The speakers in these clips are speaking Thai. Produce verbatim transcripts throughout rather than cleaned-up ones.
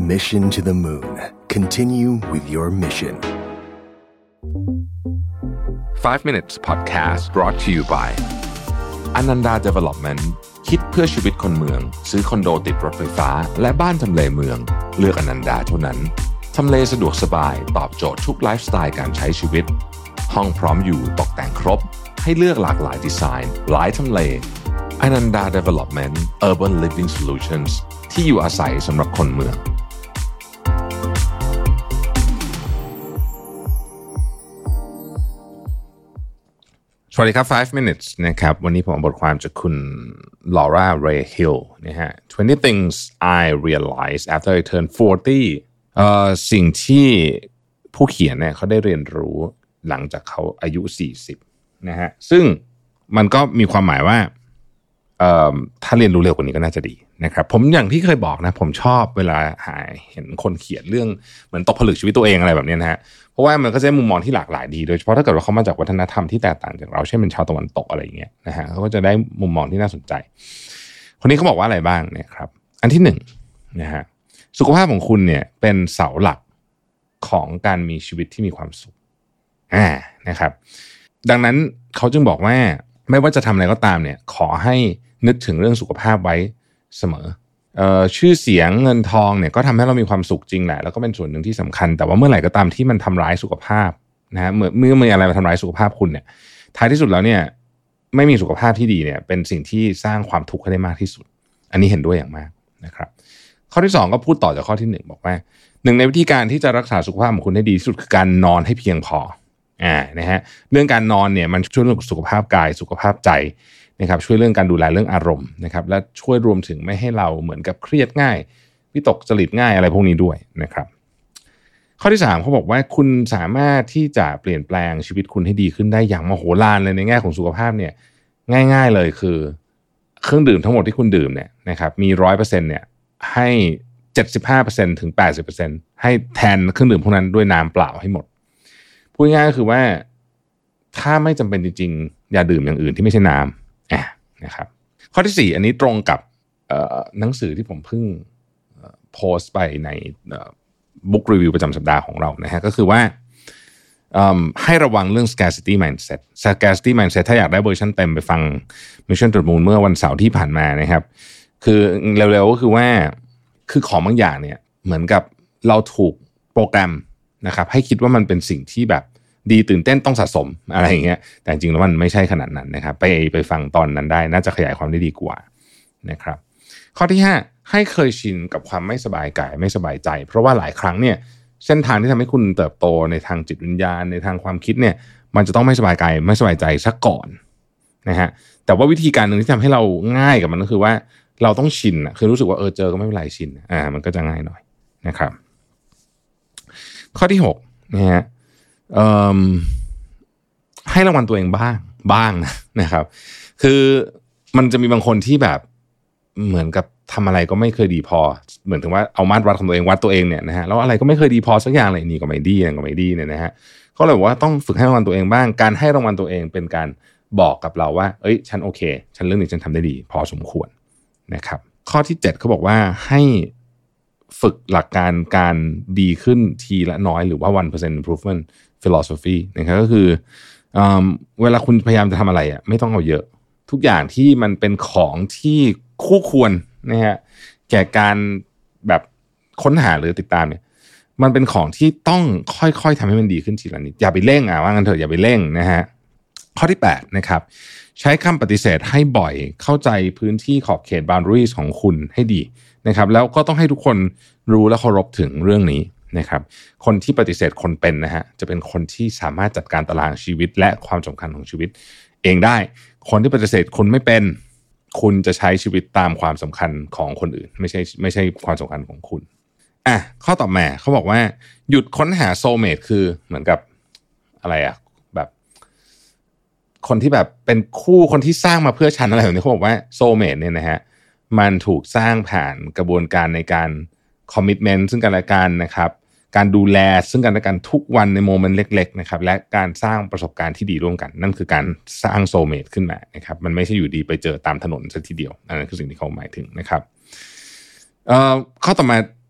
Mission to the Moon. Continue with your mission. five minutes podcast brought to you by Ananda Development คิดเพื่อชีวิตคนเมืองซื้อคอนโดติดรถไฟฟ้าและบ้านทำเลเมืองเลือก Ananda เท่านั้นทำเลสะดวกสบายตอบโจทย์ทุกไลฟ์สไตล์การใช้ชีวิตห้องพร้อมอยู่ตกแต่งครบให้เลือกหลากหลายดีไซน์หลายทำเล Ananda Development Urban Living Solutions ที่อยู่อาศัยสำหรับคนเมืองสวัสดีครับfive minutes นะครับวันนี้ผมเอาบทความจากคุณ Laura Ray Hill นะฮะtwenty things I realized after I turned forty เอ่อสิ่งที่ผู้เขียนเนี่ยเขาได้เรียนรู้หลังจากเขาอายุสี่สิบนะฮะซึ่งมันก็มีความหมายว่าเอ่อถ้าเรียนรู้เร็วกว่านี้ก็น่าจะดีนะครับผมอย่างที่เคยบอกนะผมชอบเวลาหาเห็นคนเขียนเรื่องเหมือนตกผลึกชีวิตตัวเองอะไรแบบนี้นะฮะเพราะว่ามันก็จะได้มุมมองที่หลากหลายดีโดยเฉพาะถ้าเกิดว่าเขามาจากวัฒนธรรมที่แตกต่างจากเราเช่นเป็นชาวตะวันตกอะไรอย่างเงี้ยนะฮะเขาก็จะได้มุมมองที่น่าสนใจคนนี้เขาบอกว่าอะไรบ้างเนี่ยครับอันที่หนึ่งนะฮะสุขภาพของคุณเนี่ยเป็นเสาหลักของการมีชีวิตที่มีความสุขอ่านะครับดังนั้นเขาจึงบอกว่าไม่ว่าจะทำอะไรก็ตามเนี่ยขอให้นึกถึงเรื่องสุขภาพไว้เสมอเอ่อชื่อเสียงเงินทองเนี่ยก็ทำให้เรามีความสุขจริงแหละแล้วก็เป็นส่วนหนึ่งที่สำคัญแต่ว่าเมื่อไหร่ก็ตามที่มันทำร้ายสุขภาพนะฮะเมื่อเมื่อมีอะไรมาทำร้ายสุขภาพคุณเนี่ยท้ายที่สุดแล้วเนี่ยไม่มีสุขภาพที่ดีเนี่ยเป็นสิ่งที่สร้างความทุกข์ให้ได้มากที่สุดอันนี้เห็นด้วยอย่างมากนะครับข้อที่สองก็พูดต่อจากข้อที่หนึ่งบอกว่าหนึ่งในวิธีการที่จะรักษาสุขภาพของคุณให้ดีที่สุดคือการนอนให้เพียงพออ่านะฮะเรื่องการนอนเนี่ยมันช่วยเรื่องสุขภาพกายสุขภาพใจนะครับช่วยเรื่องการดูแลเรื่องอารมณ์นะครับและช่วยรวมถึงไม่ให้เราเหมือนกับเครียดง่ายวิตกจริตง่ายอะไรพวกนี้ด้วยนะครับข้อที่สามเขาบอกว่าคุณสามารถที่จะเปลี่ยนแปลงชีวิตคุณให้ดีขึ้นได้อย่างมโหฬารเลยในแง่ของสุขภาพเนี่ยง่ายๆเลยคือเครื่องดื่มทั้งหมดที่คุณดื่มเนี่ยนะครับมี หนึ่งร้อยเปอร์เซ็นต์ เนี่ยให้ เจ็ดสิบห้าเปอร์เซ็นต์ ถึง แปดสิบเปอร์เซ็นต์ ให้แทนเครื่องดื่มพวกนั้นด้วยน้ำเปล่าให้หมดพูดง่ายๆก็คือว่าถ้าไม่จำเป็นจริงๆอย่าดื่มอย่างอื่นที่ไม่ใช่น้ำนะครับข้อที่สี่อันนี้ตรงกับหนังสือที่ผมเพิ่งโพสต์ไปในบุ๊กรีวิวประจำสัปดาห์ของเรานะฮะก็คือว่าให้ระวังเรื่อง scarcity mindset scarcity mindset ถ้าอยากได้เวอร์ชันเต็มไปฟัง Mission to the Moon เมื่อวันเสาร์ที่ผ่านมานะครับคือเร็วๆก็คือว่าคือของบางอย่างเนี่ยเหมือนกับเราถูกโปรแกรมนะครับให้คิดว่ามันเป็นสิ่งที่แบบดีตื่นเต้นต้องสะสมอะไรอย่างเงี้ยแต่จริงๆแล้วมันไม่ใช่ขนาดนั้นนะครับไปไปฟังตอนนั้นได้น่าจะขยายความได้ดีกว่านะครับข้อที่ห้าให้เคยชินกับความไม่สบายกายไม่สบายใจเพราะว่าหลายครั้งเนี่ยเส้นทางที่ทำให้คุณเติบโตในทางจิตวิญญาณในทางความคิดเนี่ยมันจะต้องไม่สบายกายไม่สบายใจซะก่อนนะฮะแต่ว่าวิธีการหนึ่งที่ทำให้เราง่ายกับมันก็คือว่าเราต้องชินอ่ะคือรู้สึกว่าเออเจอก็ไม่เป็นไรชินอ่ามันก็จะง่ายหน่อยนะครับข้อที่หกนะฮะให้รางวัลตัวเองบ้างบ้างนะครับคือมันจะมีบางคนที่แบบเหมือนกับทำอะไรก็ไม่เคยดีพอเหมือนถึงว่าเอามาตรวัดของตัวเองวัดตัวเองเนี่ยนะฮะแล้วอะไรก็ไม่เคยดีพอสักอย่างเลยนี่ก็ไม่ดีนั่นก็ไม่ดีเนี่ยนะฮะเขาเลยบอกว่าต้องฝึกให้รางวัลตัวเองบ้างการให้รางวัลตัวเองเป็นการบอกกับเราว่าเอ้ยฉันโอเคฉันเรื่องนี้ฉันทำได้ดีพอสมควรนะครับข้อที่เจ็ดเขาบอกว่าให้ฝึกหลักการการดีขึ้นทีละน้อยหรือว่า one percent improvement philosophy นะครับก็คือเอ่อเวลาคุณพยายามจะทำอะไรอ่ะไม่ต้องเอาเยอะทุกอย่างที่มันเป็นของที่คู่ควรนะฮะแก่การแบบค้นหาหรือติดตามเนี่ยมันเป็นของที่ต้องค่อยๆทำให้มันดีขึ้นทีละนิดอย่าไปเร่งอ่ะว่างั้นเถอะอย่าไปเร่งนะฮะข้อที่แปดนะครับใช้คำปฏิเสธให้บ่อยเข้าใจพื้นที่ขอบเขต boundaries ของคุณให้ดีนะครับแล้วก็ต้องให้ทุกคนรู้และเคารพถึงเรื่องนี้นะครับคนที่ปฏิเสธคนเป็นนะฮะจะเป็นคนที่สามารถจัดการตารางชีวิตและความสำคัญของชีวิตเองได้คนที่ปฏิเสธคนไม่เป็นคุณจะใช้ชีวิตตามความสำคัญของคนอื่นไม่ใช่ไม่ใช่ความสำคัญของคุณอ่ะข้อต่อมาเขาบอกว่าหยุดค้นหาโซลเมทคือเหมือนกับอะไรอ่ะแบบคนที่แบบเป็นคู่คนที่สร้างมาเพื่อฉันอะไรแบบนี้เขาบอกว่าโซลเมทเนี่ยนะฮะมันถูกสร้างผ่านกระบวนการในการคอมมิตเมนต์ซึ่งกันและกันนะครับการดูแลซึ่งกันและกันทุกวันในโมเมนต์เล็กๆนะครับและการสร้างประสบการณ์ที่ดีร่วมกันนั่นคือการสร้างโซลเมทขึ้นมานะครับมันไม่ใช่อยู่ดีไปเจอตามถนนซะทีเดียวอันนั้นคือสิ่งที่เขาหมายถึงนะครับเอ่อข้อต่อมา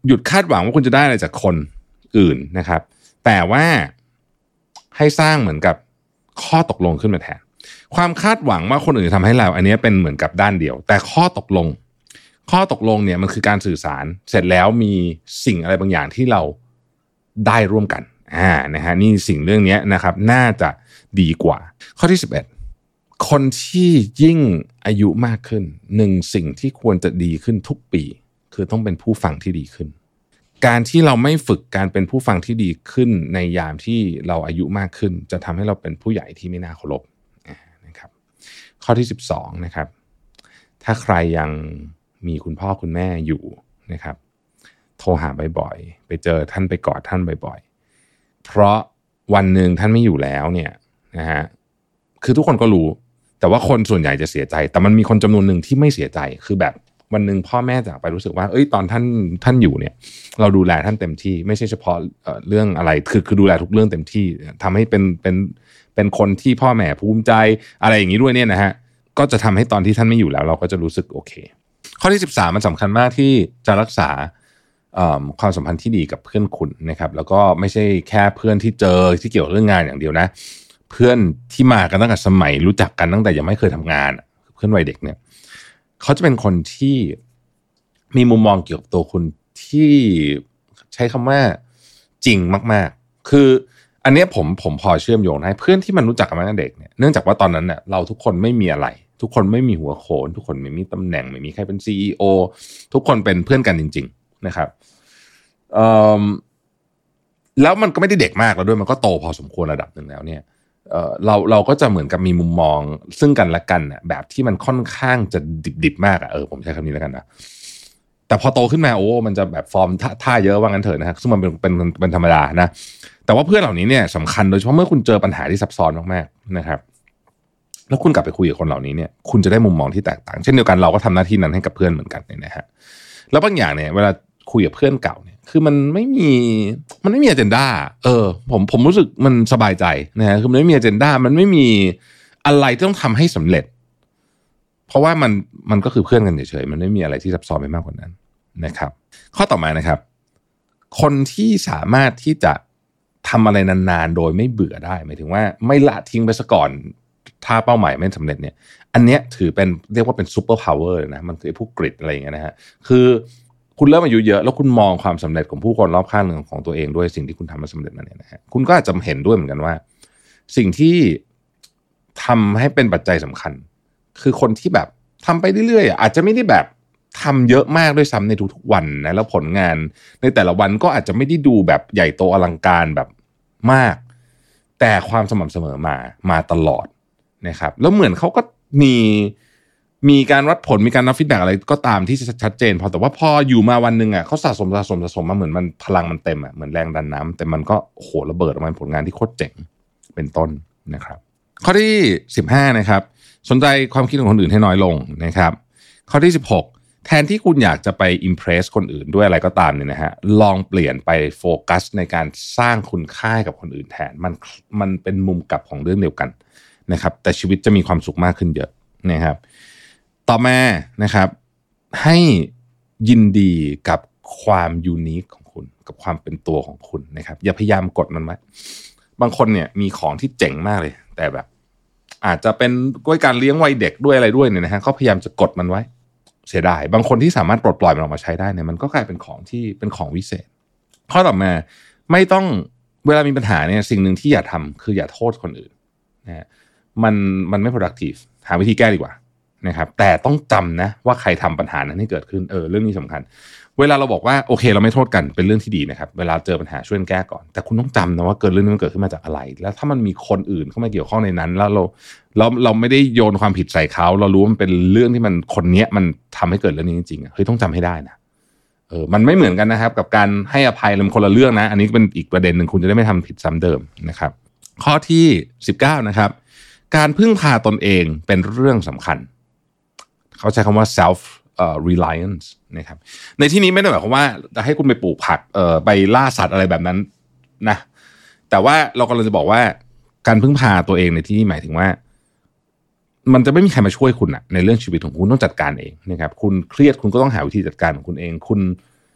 หยุดคาดหวังว่าคุณจะได้อะไรจากคนอื่นนะครับแต่ว่าให้สร้างเหมือนกับข้อตกลงขึ้นมาแทนความคาดหวังว่าคนอื่นจะทำให้เราอันนี้เป็นเหมือนกับด้านเดียวแต่ข้อตกลงข้อตกลงเนี่ยมันคือการสื่อสารเสร็จแล้วมีสิ่งอะไรบางอย่างที่เราได้ร่วมกันอ่านะฮะนี่สิ่งเรื่องนี้นะครับน่าจะดีกว่าข้อที่สิบเอ็ดคนที่ยิ่งอายุมากขึ้นหนึ่งสิ่งที่ควรจะดีขึ้นทุกปีคือต้องเป็นผู้ฟังที่ดีขึ้นการที่เราไม่ฝึกการเป็นผู้ฟังที่ดีขึ้นในยามที่เราอายุมากขึ้นจะทำให้เราเป็นผู้ใหญ่ที่ไม่น่าเคารพนะครับข้อที่สิบสองนะครับถ้าใครยังมีคุณพ่อคุณแม่อยู่นะครับโทรหาบ่อยๆไปเจอท่านไปกอดท่านบ่อยๆเพราะวันหนึ่งท่านไม่อยู่แล้วเนี่ยนะฮะคือทุกคนก็รู้แต่ว่าคนส่วนใหญ่จะเสียใจแต่มันมีคนจำนวนหนึ่งที่ไม่เสียใจคือแบบวันหนึ่งพ่อแม่จากไปรู้สึกว่าเอ้ยตอนท่านท่านอยู่เนี่ยเราดูแลท่านเต็มที่ไม่ใช่เฉพาะเอ่อเรื่องอะไรคือคือดูแลทุกเรื่องเต็มที่ทำให้เป็นเป็นเป็นคนที่พ่อแม่ภูมิใจอะไรอย่างนี้ด้วยเนี่ยนะฮะก็จะทำให้ตอนที่ท่านไม่อยู่แล้วเราก็จะรู้สึกโอเคข้อที่สิบสามมันสำคัญมากที่จะรักษาความสัมพันธ์ที่ดีกับเพื่อนคุณนะครับแล้วก็ไม่ใช่แค่เพื่อนที่เจอที่เกี่ยวกับเรื่องงานอย่างเดียวนะเพื่อนที่มากันตั้งแต่สมัยรู้จักกันตั้งแต่ยังไม่เคยทำงานเพื่อนวัยเด็กเนี่ยเขาจะเป็นคนที่มีมุมมองเกี่ยวกับตัวคุณที่ใช้คำว่าจริงมากๆคืออันนี้ผมผมพอเชื่อมโยงได้เพื่อนที่มันรู้จักกันมาตั้งแต่เด็กเนี่ยเนื่องจากว่าตอนนั้นเนี่ยเราทุกคนไม่มีอะไรทุกคนไม่มีหัวโขนทุกคนไม่มีตำแหน่งไม่มีใครเป็น ซี อี โอ ทุกคนเป็นเพื่อนกันจริงๆนะครับเอ่อแล้วมันก็ไม่ได้เด็กมากแล้วด้วยมันก็โตพอสมควรระดับหนึ่งแล้วเนี่ยเอ่อเราเราก็จะเหมือนกับมีมุมมองซึ่งกันและกันน่ะแบบที่มันค่อนข้างจะดิบๆมากอ่ะเออผมใช้คำนี้แล้วกันนะแต่พอโตขึ้นมาโอ้มันจะแบบฟอร์มท่าเยอะว่างั้นเถอะนะครับซึ่งมันเป็นเป็นเป็นธรรมดานะแต่ว่าเพื่อนเหล่านี้เนี่ยสำคัญโดยเฉพาะเมื่อคุณเจอปัญหาที่ซับซ้อนมากๆนะครับแล้วคุณกลับไปคุยกับคนเหล่านี้เนี่ยคุณจะได้มุมมองที่แตกต่างเช่นเดียวกันเราก็ทำหน้าที่นั้นให้กับเพื่อนเหมือนกันเนี่ยนะฮะแล้วบางอย่างเนี่ยเวลาคุยกับเพื่อนเก่าเนี่ยคือมันไม่มีมันไม่มีอเจนดาเออผมผมรู้สึกมันสบายใจนะฮะคือมันไม่มีอเจนดามันไม่มีอะไรที่ต้องทำให้สำเร็จเพราะว่ามันมันก็คือเพื่อนกันเฉยๆมันไม่มีอะไรที่ซับซ้อนไปมากกว่านั้นนะครับข้อต่อมานะครับคนที่สามารถที่จะทำอะไรนานๆโดยไม่เบื่อได้หมายถึงว่าไม่ละทิ้งไปซะก่อนถ้าเป้าหมายไม่สำเร็จเนี่ยอันเนี้ยถือเป็นเรียกว่าเป็นซูเปอร์พาวเวอร์นะมันคือพวกกริดอะไรอย่างเงี้ยนะฮะคือคุณเริ่มอายุเยอะแล้วคุณมองความสำเร็จของผู้คนรอบข้างของตัวเองด้วยสิ่งที่คุณทำมาสำเร็จมาเนี่ยนะฮะคุณก็อาจจะเห็นด้วยเหมือนกันว่าสิ่งที่ทำให้เป็นปัจจัยสำคัญคือคนที่แบบทำไปเรื่อยๆอาจจะไม่ได้แบบทำเยอะมากด้วยซ้ำในทุกๆวันนะแล้วผลงานในแต่ละวันก็อาจจะไม่ได้ดูแบบใหญ่โตอลังการแบบมากแต่ความสม่ำเสมอมามาตลอดนะครับแล้วเหมือนเขาก็มีมีการวัดผลมีการนับฟีดแบ็กอะไรก็ตามที่ชัดเจนพอแต่ว่าพออยู่มาวันนึงอ่ะเขาสะสมสะสมสะสมมาเหมือนมันพลังมันเต็มอ่ะเหมือนแรงดันน้ำแต่มันก็โอ้โหระเบิดออกมาเป็นผลงานที่โคตรเจ๋งเป็นต้นนะครับข้อที่สิบห้านะครับสนใจความคิดของคนอื่นให้น้อยลงนะครับข้อที่สิบหกแทนที่คุณอยากจะไปอิมเพรสคนอื่นด้วยอะไรก็ตามเนี่ยนะฮะลองเปลี่ยนไปโฟกัสในการสร้างคุณค่ากับคนอื่นแทนมันมันเป็นมุมกลับของเรื่องเดียวกันนะครับแต่ชีวิตจะมีความสุขมากขึ้นเยอะนะครับต่อมานะครับให้ยินดีกับความยูนิคของคุณกับความเป็นตัวของคุณนะครับอย่าพยายามกดมันไว้บางคนเนี่ยมีของที่เจ๋งมากเลยแต่แบบอาจจะเป็นด้วยการเลี้ยงวัยเด็กด้วยอะไรด้วยเนี่ยนะฮะเขาพยายามจะกดมันไว้เสียดายบางคนที่สามารถปลดปล่อยมันออกมาใช้ได้เนี่ยมันก็กลายเป็นของที่เป็นของวิเศษข้อต่อมาไม่ต้องเวลามีปัญหาเนี่ยสิ่งหนึ่งที่อย่าทำคืออย่าโทษคนอื่นนะฮะมันมันไม่ productive หาวิธีแก้ดีกว่านะครับแต่ต้องจำนะว่าใครทำปัญหานั้นให้เกิดขึ้นเออเรื่องนี้สำคัญเวลาเราบอกว่าโอเคเราไม่โทษกันเป็นเรื่องที่ดีนะครับเวลาเจอปัญหาช่วยแก้ก่อนแต่คุณต้องจำนะว่าเกิดเรื่องนี้มันเกิดขึ้นมาจากอะไรแล้วถ้ามันมีคนอื่นเข้ามาเกี่ยวข้องในนั้นแล้วเราเราเราไม่ได้โยนความผิดใส่เขาเรารู้ว่ามันเป็นเรื่องที่มันคนเนี้ยมันทำให้เกิดเรื่องนี้จริงๆเฮ้ยต้องจำให้ได้นะเออมันไม่เหมือนกันนะครับกับการให้อภัยมันคนละเรื่องนะอันนี้เป็นอีกประเด็นหนึ่งคุณจะได้ไม่ทำผิดซ้ำเดิมนะครับข้อที่สิบเก้านะครับการพึ่งพาตนเองเป็นเรื่องสำคัญเขาใช้คำว่า self uh, reliance นะครับในที่นี้ไม่ได้หมายความว่าจะให้คุณไปปลูกผักเอ่อไปล่าสัตว์อะไรแบบนั้นนะแต่ว่าเรากำลังจะบอกว่าการพึ่งพาตัวเองในที่นี้หมายถึงว่ามันจะไม่มีใครมาช่วยคุณนะในเรื่องชีวิตของคุณต้องจัดการเองนะครับคุณเครียดคุณก็ต้องหาวิธีจัดการของคุณเองคุณ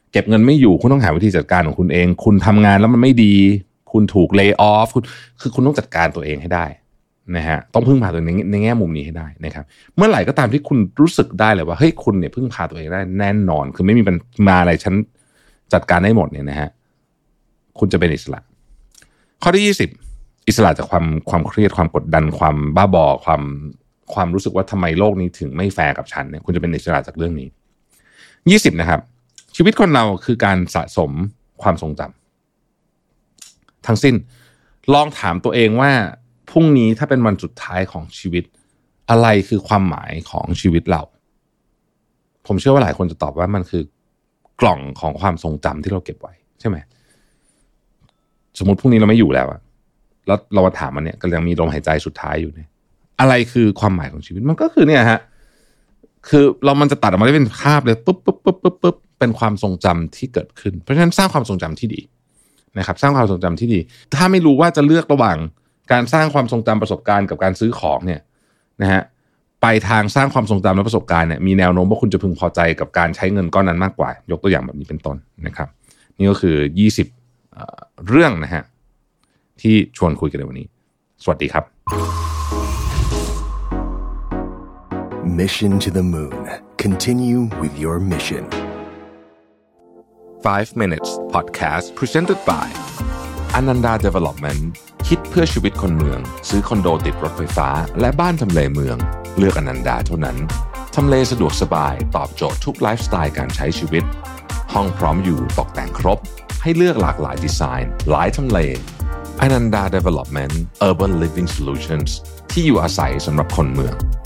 เก็บเงินไม่อยู่คุณต้องหาวิธีจัดการของคุณเองคุณทำงานแล้วมันไม่ดีคุณถูก lay off คุณคือคุณต้องจัดการตัวเองให้ได้นะฮะต้องพึ่งพาตัวเองในในแง่มุมนี้ให้ได้นะครับเมื่อไหร่ก็ตามที่คุณรู้สึกได้เลยว่าเฮ้ยคุณเนี่ยพึ่งพาตัวเองได้แน่นอนคือไม่มีปัญหาอะไรฉันจัดการได้หมดเนี่ยนะฮะคุณจะเป็นอิสระข้อที่ยี่สิบอิสระจากความความเครียดความกดดันความบ้าบอความความรู้สึกว่าทำไมโลกนี้ถึงไม่แฟร์กับฉันเนี่ยคุณจะเป็นอิสระจากเรื่องนี้ยี่สิบนะครับชีวิตคนเราคือการสะสมความทรงจำทั้งสิ้นลองถามตัวเองว่าพรุ่งนี้ถ้าเป็นวันสุดท้ายของชีวิตอะไรคือความหมายของชีวิตเราผมเชื่อว่าหลายคนจะตอบว่ามันคือกล่องของความทรงจำที่เราเก็บไว้ใช่ไหมสมมติพรุ่งนี้เราไม่อยู่แล้วอะแล้วเรามาถามมันเนี่ยก็ยังมีลมหายใจสุดท้ายอยู่เนี่ยอะไรคือความหมายของชีวิตมันก็คือเนี่ยฮะคือเรามันจะตัดออกมาได้เป็นภาพเลยปุ๊บปุ๊บปุ๊บปุ๊บปุ๊บเป็นความทรงจำที่เกิดขึ้นเพราะฉะนั้นสร้างความทรงจำที่ดีนะครับสร้างความทรงจำที่ดีถ้าไม่รู้ว่าจะเลือกระหว่างการสร้างความทรงจำประสบการณ์กับการซื้อของเนี่ยนะฮะไปทางสร้างความทรงจำและประสบการณ์เนี่ยมีแนวโน้มว่าคุณจะพึงพอใจกับการใช้เงินก้อนนั้นมากกว่ายกตัวอย่างแบบนี้เป็นต้นนะครับนี่ก็คือยี่สิบเอ่อเรื่องนะฮะที่ชวนคุยกันในวันนี้สวัสดีครับ Mission to the Moon. Continue with your mission. five minutes podcast presented by Ananda Development คิดเพื่อชีวิตคนเมืองซื้อคอนโดติดรถไฟฟ้าและบ้านทำเลเมืองเลือก Ananda เท่านั้นทำเลสะดวกสบายตอบโจทย์ทุกไลฟ์สไตล์การใช้ชีวิตห้องพร้อมอยู่ตกแต่งครบให้เลือกหลากหลายดีไซน์หลายทำเล Ananda Development Urban Living Solutions ที่อยู่อาศัยสำหรับคนเมือง